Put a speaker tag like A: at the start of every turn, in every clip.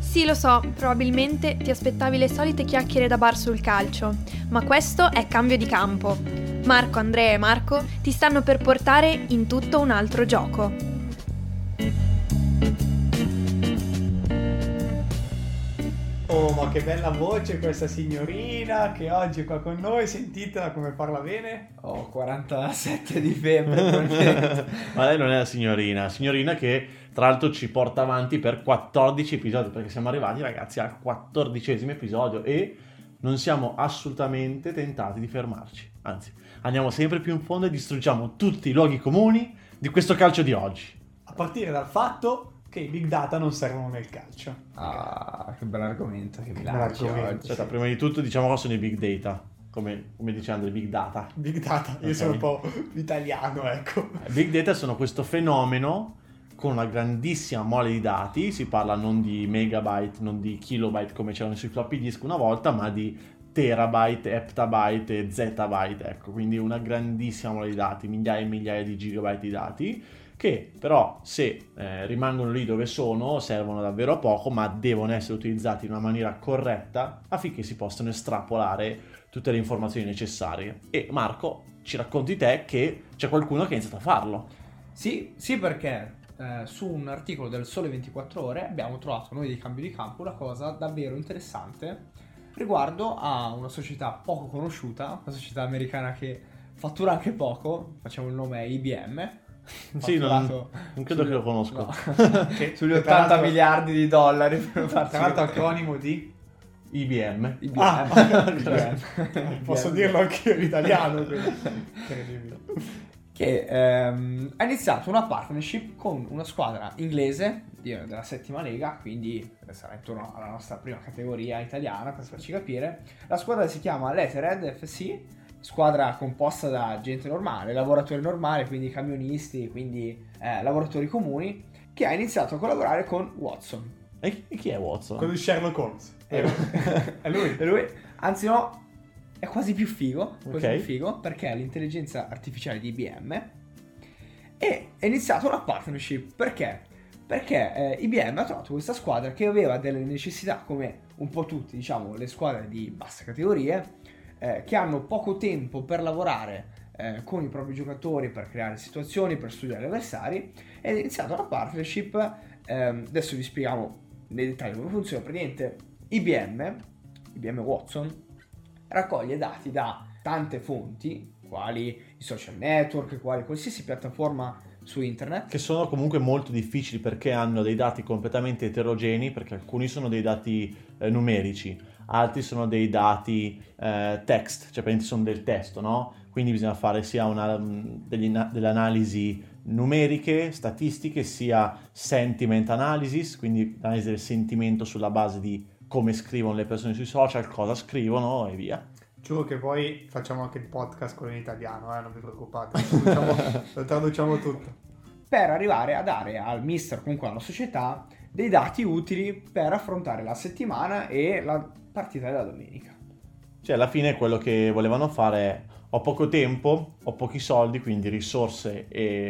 A: Sì, lo so, probabilmente ti aspettavi le solite chiacchiere da bar sul calcio, ma questo è cambio di campo. Marco, Andrea e Marco ti stanno per portare in tutto un altro gioco.
B: Oh, ma che bella voce questa signorina che oggi è qua con noi, sentitela come parla bene.
C: Ho 47 di febbre.
D: Ma lei non è la signorina che tra l'altro ci porta avanti per 14 episodi, perché siamo arrivati, ragazzi, al 14° episodio e non siamo assolutamente tentati di fermarci, anzi andiamo sempre più in fondo e distruggiamo tutti i luoghi comuni di questo calcio di oggi,
B: A partire dal fatto che i big data non servono nel calcio.
C: Ah, che bel argomento che mi
B: Bel
C: lanci
B: argomento.
C: oggi.
D: Aspetta, prima di tutto diciamo cosa sono i big data, come dice Andrea, big data.
B: Big data, io
D: Ok.
B: sono un po' italiano, ecco.
D: Big data sono questo fenomeno con una grandissima mole di dati, si parla non di megabyte, non di kilobyte come c'erano sui floppy disk una volta, ma di terabyte, heptabyte e zettabyte, ecco, quindi una grandissima mole di dati, migliaia e migliaia di gigabyte di dati, che però se rimangono lì dove sono servono davvero a poco, ma devono essere utilizzati in una maniera corretta affinché si possano estrapolare tutte le informazioni necessarie. E Marco, ci racconti te che c'è qualcuno che ha iniziato a farlo.
C: Sì, perché su un articolo del Sole 24 Ore abbiamo trovato noi di Cambio di Campo una cosa davvero interessante riguardo a una società poco conosciuta, una società americana che fattura anche poco, facciamo il nome IBM.
D: Sì, non
C: Fatturato
D: credo che lo conosco.
C: no.
B: Che
C: Sugli
B: tra
C: 80
B: l'altro-
C: miliardi di dollari per
B: Tra
C: farci
B: l'altro acronimo di...
D: IBM.
C: IBM.
B: Ah,
C: IBM.
B: Posso dirlo anche in italiano, quindi. Incredibile.
C: Che ha iniziato una partnership con una squadra inglese della settima lega, quindi sarà intorno alla nostra prima categoria italiana, per farci capire. La squadra si chiama Lettered FC, squadra composta da gente normale, lavoratori normali, quindi camionisti, quindi lavoratori comuni, che ha iniziato a collaborare con Watson.
D: E chi è Watson?
B: Quello di Sherlock Holmes. È lui.
C: E lui, anzi no, è quasi più figo,
D: Ok.
C: perché è l'intelligenza artificiale di IBM e è iniziata una partnership. Perché IBM ha trovato questa squadra che aveva delle necessità come un po' tutti, diciamo, le squadre di basse categorie, che hanno poco tempo per lavorare con i propri giocatori, per creare situazioni, per studiare gli avversari, ed è iniziata una partnership. Adesso vi spieghiamo nei dettagli come funziona. Praticamente IBM Watson raccoglie dati da tante fonti, quali i social network, quali qualsiasi piattaforma su internet.
D: Che sono comunque molto difficili perché hanno dei dati completamente eterogenei, perché alcuni sono dei dati numerici, altri sono dei dati text, cioè praticamente sono del testo, no? Quindi bisogna fare sia delle analisi numeriche, statistiche, sia sentiment analysis, quindi analisi del sentimento sulla base di come scrivono le persone sui social, cosa scrivono e via.
B: Giuro che poi facciamo anche il podcast quello in italiano, non vi preoccupate. Lo traduciamo tutto.
C: Per arrivare a dare al mister, comunque alla società, dei dati utili per affrontare la settimana e la partita della domenica.
D: Cioè alla fine quello che volevano fare è: ho poco tempo, ho pochi soldi, quindi risorse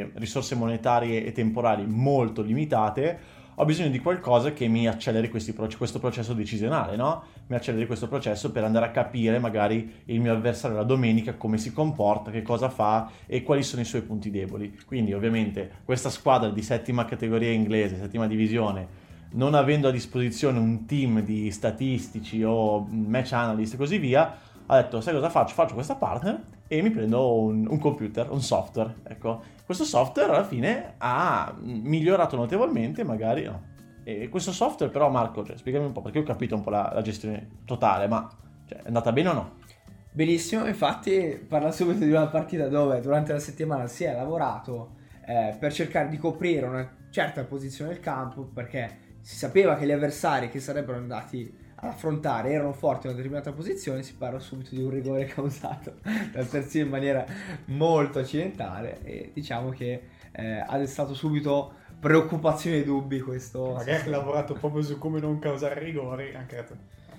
D: monetarie e temporali molto limitate, ho bisogno di qualcosa che mi acceleri questo processo decisionale, no? Mi acceleri questo processo per andare a capire magari il mio avversario la domenica, come si comporta, che cosa fa e quali sono i suoi punti deboli. Quindi ovviamente questa squadra di settima categoria inglese, settima divisione, non avendo a disposizione un team di statistici o match analyst e così via, ha detto: sai cosa faccio? Faccio questa partner e mi prendo un computer, un software. Ecco, questo software alla fine ha migliorato notevolmente, magari no. E questo software però, Marco, spiegami un po', perché ho capito un po' la gestione totale, ma è andata bene o no?
C: Benissimo, infatti parla subito di una partita dove durante la settimana si è lavorato per cercare di coprire una certa posizione del campo, perché si sapeva che gli avversari che sarebbero andati ad affrontare erano forti in una determinata posizione. Si parla subito di un rigore causato dal terzino in maniera molto accidentale, e diciamo che ha destato subito preoccupazioni e dubbi questo.
B: Magari hai lavorato proprio su come non causare rigori, anche a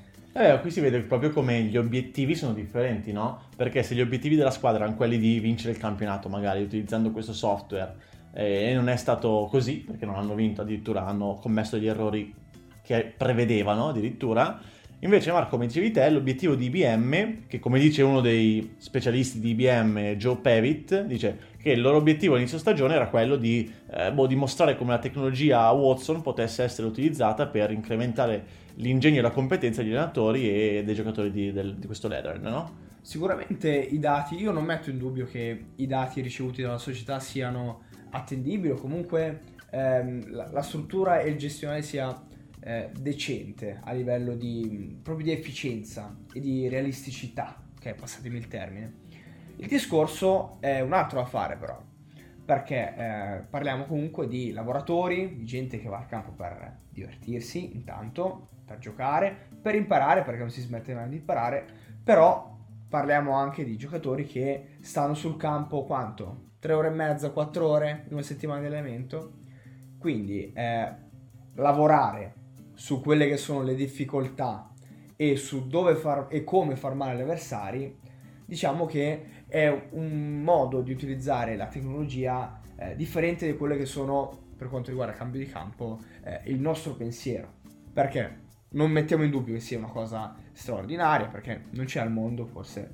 B: te.
D: Qui si vede proprio come gli obiettivi sono differenti, no? Perché se gli obiettivi della squadra erano quelli di vincere il campionato, magari utilizzando questo software, e non è stato così, perché non hanno vinto, addirittura hanno commesso degli errori che prevedevano addirittura. Invece Marco, come dicevi te, l'obiettivo di IBM, che come dice uno dei specialisti di IBM, Joe Pavitt, dice che il loro obiettivo all'inizio stagione era quello di dimostrare come la tecnologia Watson potesse essere utilizzata per incrementare l'ingegno e la competenza degli allenatori e dei giocatori di questo Ledern, no?
C: Sicuramente i dati, io non metto in dubbio che i dati ricevuti dalla società siano attendibili o comunque la struttura e il gestionale sia decente a livello proprio di efficienza e di realisticità, ok, passatemi il termine. Il discorso è un altro da fare però, perché parliamo comunque di lavoratori, di gente che va al campo per divertirsi intanto, per giocare, per imparare, perché non si smette mai di imparare, però parliamo anche di giocatori che stanno sul campo quanto? 3 ore e mezza, 4 ore in una settimana di allenamento. Quindi lavorare su quelle che sono le difficoltà e su dove e come far male agli avversari, diciamo che è un modo di utilizzare la tecnologia differente di quelle che sono, per quanto riguarda il cambio di campo, il nostro pensiero. Perché non mettiamo in dubbio che sia una cosa straordinaria, perché non c'è al mondo forse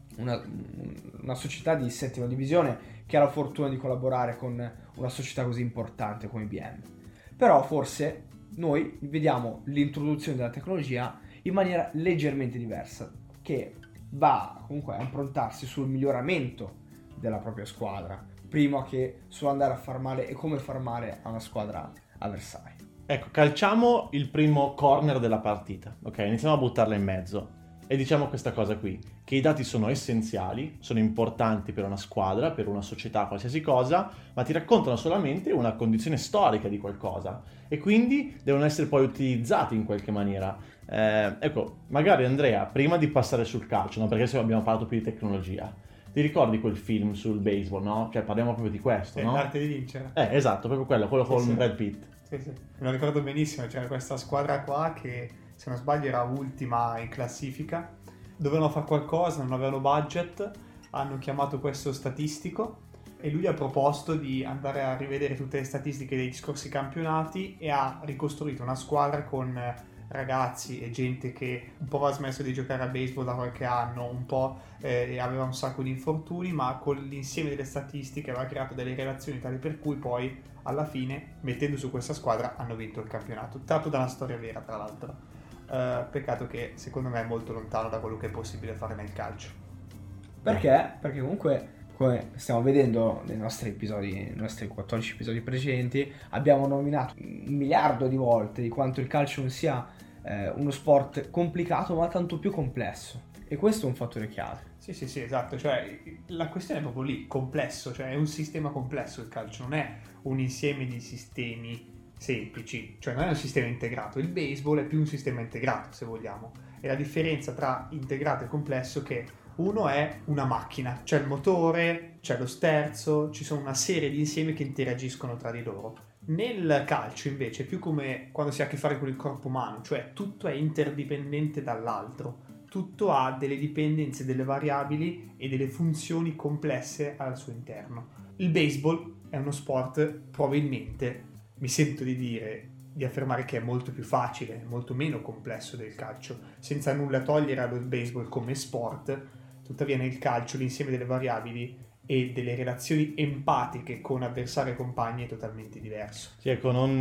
C: una società di 7ª divisione che ha la fortuna di collaborare con una società così importante come IBM. Però forse noi vediamo l'introduzione della tecnologia in maniera leggermente diversa, che va comunque a improntarsi sul miglioramento della propria squadra, prima che su andare a far male e come far male a una squadra avversaria.
D: Ecco, calciamo il primo corner della partita, ok? Iniziamo a buttarla in mezzo e diciamo questa cosa qui, che i dati sono essenziali, sono importanti per una squadra, per una società, qualsiasi cosa, ma ti raccontano solamente una condizione storica di qualcosa e quindi devono essere poi utilizzati in qualche maniera. Ecco, magari Andrea, prima di passare sul calcio, no? Perché adesso abbiamo parlato più di tecnologia, ti ricordi quel film sul baseball, no? Cioè parliamo proprio di questo, no?
B: L'arte di vincere.
D: Esatto, proprio quello con
B: Sì.
D: Brad Pitt.
B: Sì, me lo ricordo benissimo, c'era questa squadra qua che, se non sbaglio, era ultima in classifica, dovevano fare qualcosa, non avevano budget, hanno chiamato questo statistico e lui ha proposto di andare a rivedere tutte le statistiche dei scorsi campionati e ha ricostruito una squadra con ragazzi e gente che un po' aveva smesso di giocare a baseball da qualche anno, un po' aveva un sacco di infortuni, ma con l'insieme delle statistiche aveva creato delle relazioni tali per cui poi alla fine, mettendo su questa squadra, hanno vinto il campionato, tratto da una storia vera tra l'altro. Peccato che secondo me è molto lontano da quello che è possibile fare nel calcio.
C: Perché? Perché comunque, come stiamo vedendo nei nostri 14 episodi precedenti, abbiamo nominato 1 miliardo di volte di quanto il calcio non sia uno sport complicato, ma tanto più complesso. E questo è un fattore chiave.
B: Sì, esatto, cioè la questione è proprio lì, complesso, cioè è un sistema complesso il calcio, non è un insieme di sistemi semplici, cioè non è un sistema integrato. Il baseball è più un sistema integrato, se vogliamo, e la differenza tra integrato e complesso è che uno è una macchina, c'è il motore, c'è lo sterzo, ci sono una serie di insiemi che interagiscono tra di loro. Nel calcio invece è più come quando si ha a che fare con il corpo umano, cioè tutto è interdipendente dall'altro, tutto ha delle dipendenze, delle variabili e delle funzioni complesse al suo interno. Il baseball è uno sport, probabilmente, mi sento di affermare che è molto più facile, molto meno complesso del calcio, senza nulla togliere allo baseball come sport. Tuttavia nel calcio l'insieme delle variabili e delle relazioni empatiche con avversari e compagni è totalmente diverso.
D: Sì, ecco, noi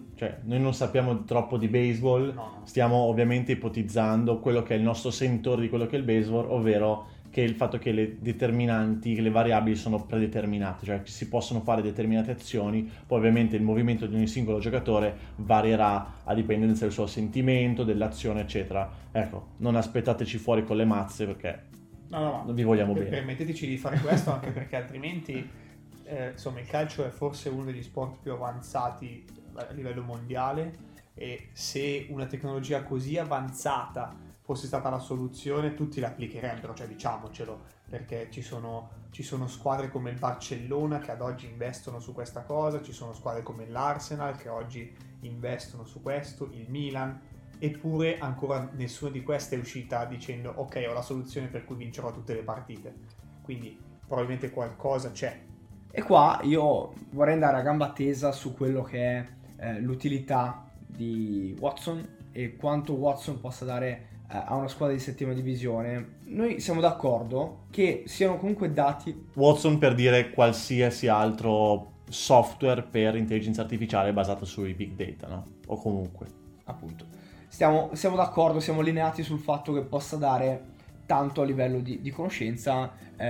D: non sappiamo troppo di baseball,
B: No.
D: Stiamo ovviamente ipotizzando quello che è il nostro sentore di quello che è il baseball, ovvero che il fatto che le determinanti, che le variabili sono predeterminate, cioè si possono fare determinate azioni, poi ovviamente il movimento di ogni singolo giocatore varierà a dipendenza del suo sentimento, dell'azione, eccetera. Ecco, non aspettateci fuori con le mazze perché
B: No.
D: non vi vogliamo bene.
B: Permetteteci di fare questo anche perché altrimenti insomma il calcio è forse uno degli sport più avanzati a livello mondiale e se una tecnologia così avanzata fosse stata la soluzione tutti la applicherebbero, cioè diciamocelo, perché ci sono squadre come il Barcellona che ad oggi investono su questa cosa, ci sono squadre come l'Arsenal che oggi investono su questo, il Milan, eppure ancora nessuna di queste è uscita dicendo ok, ho la soluzione per cui vincerò tutte le partite, quindi probabilmente qualcosa c'è.
C: E qua io vorrei andare a gamba tesa su quello che è l'utilità di Watson e quanto Watson possa dare a una squadra di settima divisione, noi siamo d'accordo che siano comunque dati.
D: Watson per dire qualsiasi altro software per intelligenza artificiale basato sui big data, no? O comunque.
C: Appunto. Siamo d'accordo, siamo allineati sul fatto che possa dare tanto a livello di conoscenza,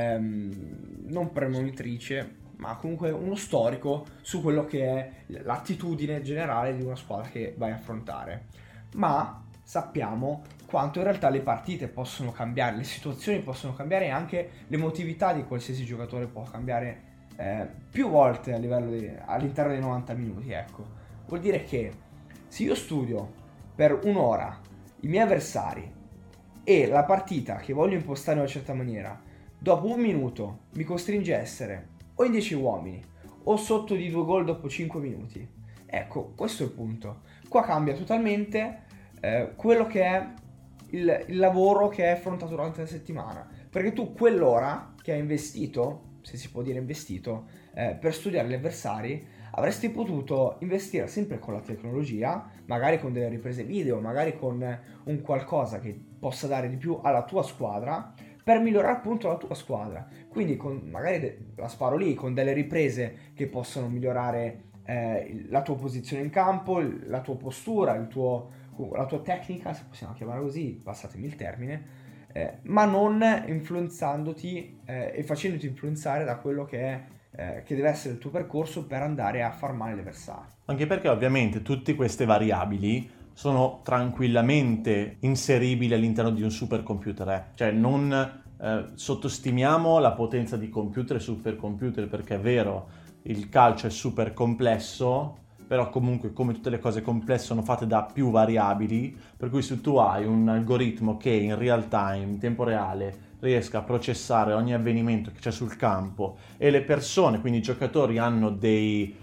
C: non premonitrice, ma comunque uno storico su quello che è l'attitudine generale di una squadra che vai a affrontare. Ma sappiamo quanto in realtà le partite possono cambiare, le situazioni possono cambiare e anche l'emotività di qualsiasi giocatore può cambiare più volte all'interno dei 90 minuti. Ecco, vuol dire che se io studio per un'ora i miei avversari e la partita che voglio impostare in una certa maniera, dopo un minuto mi costringe a essere o in 10 uomini o sotto di 2 gol dopo 5 minuti. Ecco, questo è il punto. Qua cambia totalmente quello che è il lavoro che è affrontato durante la settimana, perché tu quell'ora che hai investito, se si può dire investito, per studiare gli avversari, avresti potuto investire sempre con la tecnologia, magari con delle riprese video, magari con un qualcosa che possa dare di più alla tua squadra, per migliorare appunto la tua squadra. Quindi magari la sparo lì, con delle riprese che possono migliorare la tua posizione in campo, la tua postura, la tua tecnica, se possiamo chiamarla così, passatemi il termine, ma non influenzandoti e facendoti influenzare da quello che deve essere il tuo percorso per andare a far male l'avversario.
D: Anche perché ovviamente tutte queste variabili sono tranquillamente inseribili all'interno di un supercomputer. Cioè non sottostimiamo la potenza di computer e supercomputer, perché è vero, il calcio è super complesso, però comunque come tutte le cose complesse sono fatte da più variabili, per cui se tu hai un algoritmo che in real time, in tempo reale, riesca a processare ogni avvenimento che c'è sul campo e le persone, quindi i giocatori, hanno degli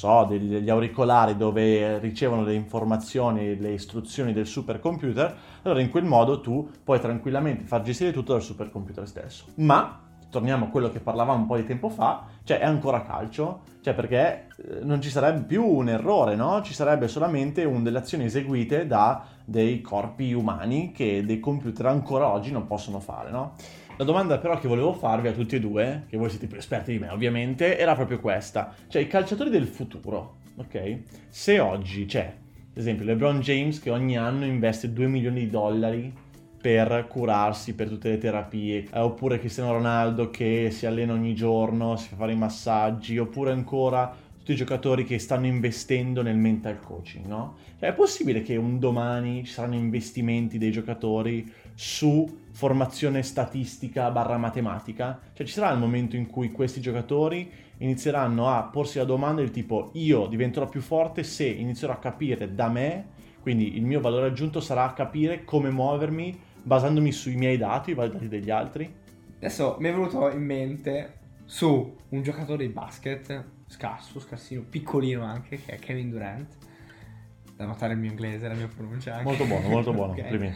D: auricolari dove ricevono le informazioni, le istruzioni del supercomputer, allora in quel modo tu puoi tranquillamente far gestire tutto dal supercomputer stesso. Ma torniamo a quello che parlavamo un po' di tempo fa, cioè è ancora calcio, cioè perché non ci sarebbe più un errore, no? Ci sarebbe solamente delle azioni eseguite da dei corpi umani che dei computer ancora oggi non possono fare, no? La domanda però che volevo farvi a tutti e due, che voi siete più esperti di me ovviamente, era proprio questa. Cioè i calciatori del futuro, ok? Se oggi c'è, ad esempio, LeBron James che ogni anno investe $2 milioni per curarsi, per tutte le terapie, oppure Cristiano Ronaldo che si allena ogni giorno, si fa fare i massaggi, oppure ancora tutti i giocatori che stanno investendo nel mental coaching, no? Cioè è possibile che un domani ci saranno investimenti dei giocatori su formazione statistica / matematica? Cioè ci sarà il momento in cui questi giocatori inizieranno a porsi la domanda del tipo: io diventerò più forte se inizierò a capire da me, quindi il mio valore aggiunto sarà capire come muovermi basandomi sui miei dati, i dati degli altri?
C: Adesso mi è venuto in mente su un giocatore di basket scarsino, piccolino anche, che è Kevin Durant. Da notare il mio inglese, la mia pronuncia anche.
D: Molto buono,
C: Okay.
D: complimenti.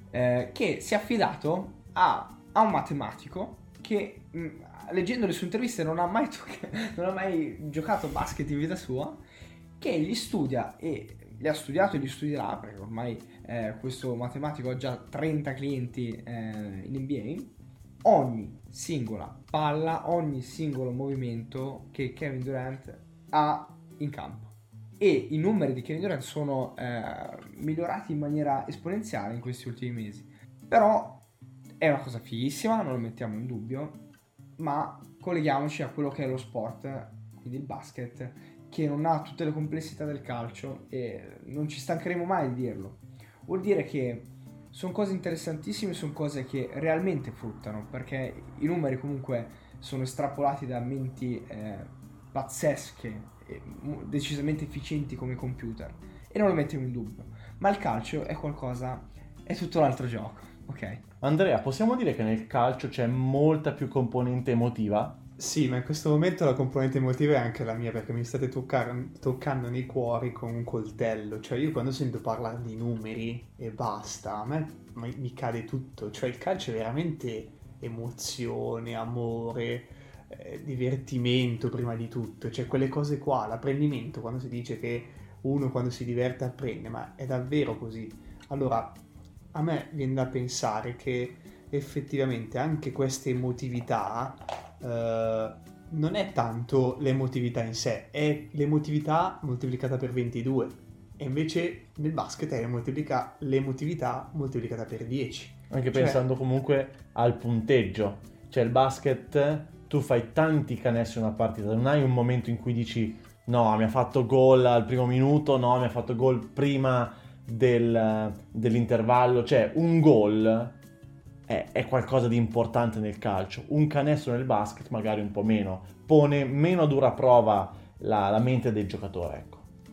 C: Che si è affidato a un matematico che, leggendo le sue interviste, non ha mai giocato basket in vita sua, che gli studia e li ha studiato e li studierà, perché ormai questo matematico ha già 30 clienti in NBA. Ogni singola palla, ogni singolo movimento che Kevin Durant ha in campo, e i numeri di Kevin Durant sono migliorati in maniera esponenziale in questi ultimi mesi. Però è una cosa fighissima, non lo mettiamo in dubbio, ma colleghiamoci a quello che è lo sport, quindi il basket, che non ha tutte le complessità del calcio, e non ci stancheremo mai di dirlo. Vuol dire che sono cose interessantissime, sono cose che realmente fruttano, perché i numeri comunque sono estrapolati da menti pazzesche, decisamente efficienti come computer, e non lo mettiamo in dubbio. Ma il calcio è qualcosa, è tutto un altro gioco, ok?
D: Andrea, possiamo dire che nel calcio c'è molta più componente emotiva?
B: Sì, ma in questo momento la componente emotiva è anche la mia, perché mi state toccando nei cuori con un coltello. Cioè io quando sento parlare di numeri e basta, a me mi cade tutto. Cioè il calcio è veramente emozione, amore, divertimento prima di tutto. Cioè quelle cose qua, l'apprendimento, quando si dice che uno quando si diverte apprende, ma è davvero così? Allora, a me viene da pensare che effettivamente anche questa emotività non è tanto l'emotività in sé, è l'emotività moltiplicata per 22, e invece nel basket è l'emotività moltiplicata per 10.
D: Anche pensando comunque al punteggio, cioè il basket, tu fai tanti canestri in una partita, non hai un momento in cui dici no, mi ha fatto gol al primo minuto, no, mi ha fatto gol prima dell'intervallo, cioè un gol è qualcosa di importante nel calcio, un canestro nel basket magari un po' meno, pone meno a dura prova la mente del giocatore, ecco.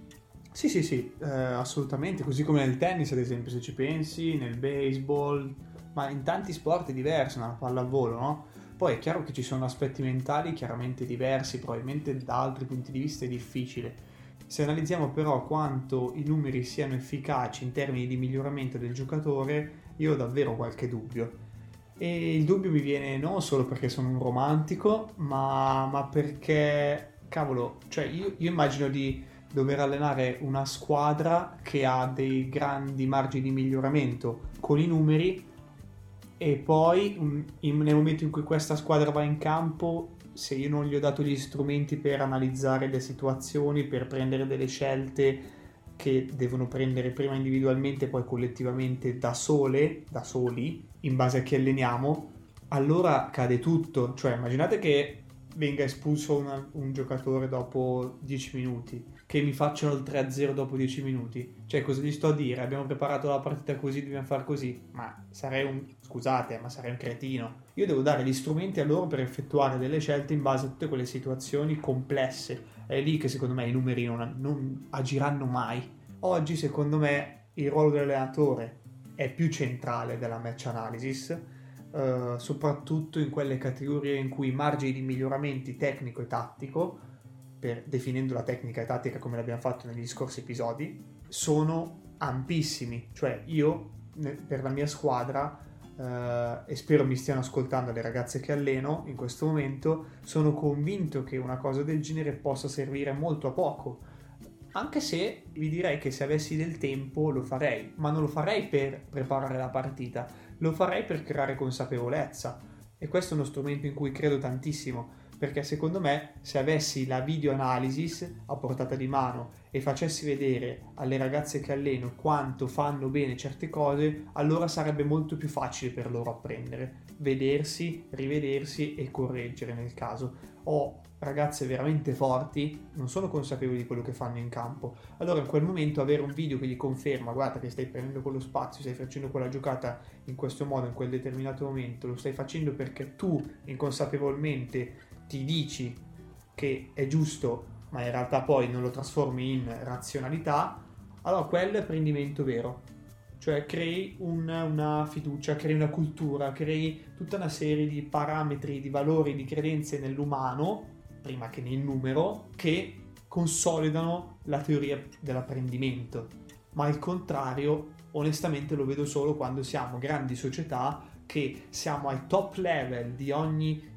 B: Sì, assolutamente, così come nel tennis ad esempio, se ci pensi, nel baseball, ma in tanti sport è diverso, nella pallavolo, no? Poi è chiaro che ci sono aspetti mentali chiaramente diversi, probabilmente da altri punti di vista è difficile. Se analizziamo però quanto i numeri siano efficaci in termini di miglioramento del giocatore, io ho davvero qualche dubbio. E il dubbio mi viene non solo perché sono un romantico, ma perché, cavolo, cioè io immagino di dover allenare una squadra che ha dei grandi margini di miglioramento con i numeri, e poi nel momento in cui questa squadra va in campo, se io non gli ho dato gli strumenti per analizzare le situazioni, per prendere delle scelte che devono prendere prima individualmente e poi collettivamente da soli, in base a chi alleniamo, allora cade tutto. Cioè immaginate che venga espulso un giocatore dopo 10 minuti, che mi facciano il 3-0 dopo 10 minuti, cioè cosa gli sto a dire? Abbiamo preparato la partita così, dobbiamo far così, ma sarei un cretino. Io devo dare gli strumenti a loro per effettuare delle scelte in base a tutte quelle situazioni complesse. È lì che secondo me i numeri non agiranno mai. Oggi secondo me il ruolo dell'allenatore è più centrale della match analysis, soprattutto in quelle categorie in cui i margini di miglioramenti tecnico e tattico, definendo la tecnica e tattica come l'abbiamo fatto negli scorsi episodi, sono ampissimi. Cioè io per la mia squadra, e spero mi stiano ascoltando le ragazze che alleno in questo momento, sono convinto che una cosa del genere possa servire molto a poco, anche se vi direi che se avessi del tempo lo farei, ma non lo farei per preparare la partita, lo farei per creare consapevolezza, e questo è uno strumento in cui credo tantissimo, perché secondo me se avessi la video analysis a portata di mano e facessi vedere alle ragazze che alleno quanto fanno bene certe cose, allora sarebbe molto più facile per loro apprendere, vedersi, rivedersi e correggere nel caso. Ho ragazze veramente forti, non sono consapevoli di quello che fanno in campo, allora in quel momento avere un video che gli conferma: guarda che stai prendendo quello spazio, stai facendo quella giocata in questo modo, in quel determinato momento, lo stai facendo perché tu inconsapevolmente ti dici che è giusto, ma in realtà poi non lo trasformi in razionalità, allora quello è apprendimento vero. Cioè crei una fiducia, crei una cultura, crei tutta una serie di parametri, di valori, di credenze nell'umano, prima che nel numero, che consolidano la teoria dell'apprendimento. Ma il contrario, onestamente, lo vedo solo quando siamo grandi società che siamo ai top level di ogni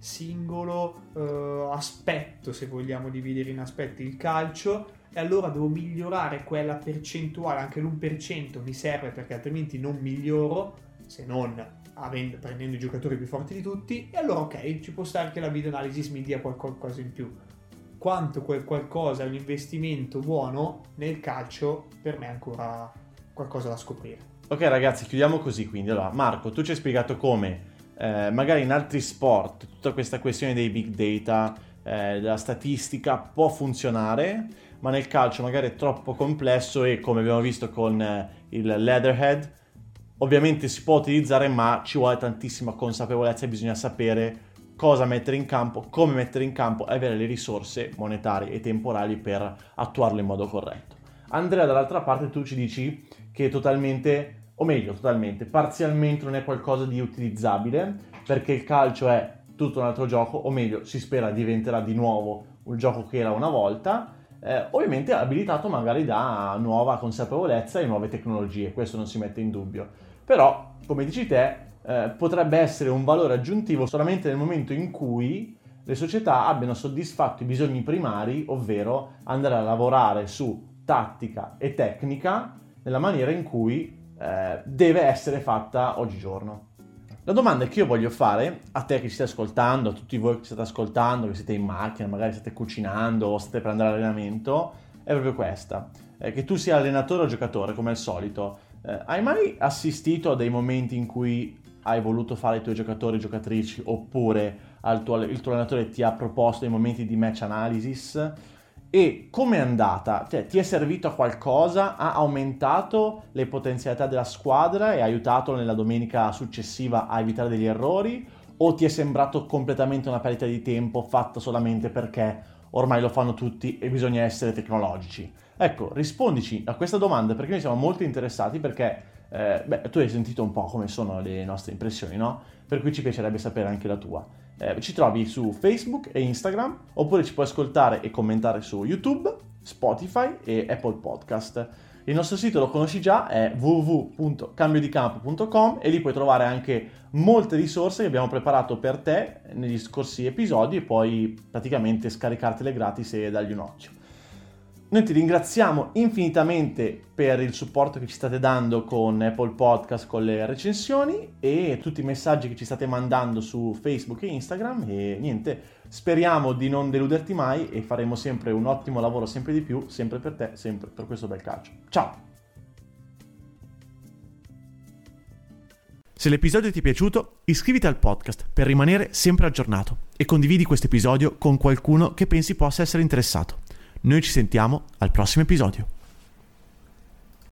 B: singolo aspetto, se vogliamo dividere in aspetti il calcio, e allora devo migliorare quella percentuale, anche l'1% mi serve, perché altrimenti non miglioro, se non prendendo i giocatori più forti di tutti, e allora ok, ci può stare che la video analysis mi dia qualcosa in più. Quanto quel qualcosa è un investimento buono nel calcio, per me è ancora qualcosa da scoprire.
D: Ok ragazzi, chiudiamo così quindi. Allora Marco, tu ci hai spiegato come magari in altri sport tutta questa questione dei big data, della statistica può funzionare, ma nel calcio magari è troppo complesso e, come abbiamo visto con il Leatherhead, ovviamente si può utilizzare, ma ci vuole tantissima consapevolezza e bisogna sapere cosa mettere in campo, come mettere in campo e avere le risorse monetarie e temporali per attuarlo in modo corretto. Andrea, dall'altra parte tu ci dici che parzialmente non è qualcosa di utilizzabile, perché il calcio è tutto un altro gioco, o meglio, si spera diventerà di nuovo un gioco che era una volta, ovviamente abilitato magari da nuova consapevolezza e nuove tecnologie, questo non si mette in dubbio. Però, come dici te, potrebbe essere un valore aggiuntivo solamente nel momento in cui le società abbiano soddisfatto i bisogni primari, ovvero andare a lavorare su tattica e tecnica nella maniera in cui deve essere fatta oggigiorno. La domanda che io voglio fare a te che ci stai ascoltando, a tutti voi che state ascoltando, che siete in macchina, magari state cucinando o state per andare all'allenamento, è proprio questa. Che tu sia allenatore o giocatore, come al solito, hai mai assistito a dei momenti in cui hai voluto fare i tuoi giocatori e giocatrici, oppure il tuo allenatore ti ha proposto dei momenti di match analysis? E come è andata? Cioè, ti è servito a qualcosa? Ha aumentato le potenzialità della squadra e ha aiutato nella domenica successiva a evitare degli errori? O ti è sembrato completamente una perdita di tempo fatta solamente perché ormai lo fanno tutti e bisogna essere tecnologici? Ecco, rispondici a questa domanda, perché noi siamo molto interessati, perché tu hai sentito un po' come sono le nostre impressioni, no? Per cui ci piacerebbe sapere anche la tua. Ci trovi su Facebook e Instagram, oppure ci puoi ascoltare e commentare su YouTube, Spotify e Apple Podcast. Il nostro sito lo conosci già, è www.cambiodicampo.com, e lì puoi trovare anche molte risorse che abbiamo preparato per te negli scorsi episodi e puoi praticamente scaricartele gratis e dargli un occhio. Noi ti ringraziamo infinitamente per il supporto che ci state dando con Apple Podcast, con le recensioni e tutti i messaggi che ci state mandando su Facebook e Instagram, e niente, speriamo di non deluderti mai e faremo sempre un ottimo lavoro, sempre di più, sempre per te, sempre per questo bel calcio. Ciao!
E: Se l'episodio ti è piaciuto, iscriviti al podcast per rimanere sempre aggiornato e condividi questo episodio con qualcuno che pensi possa essere interessato. Noi ci sentiamo al prossimo episodio.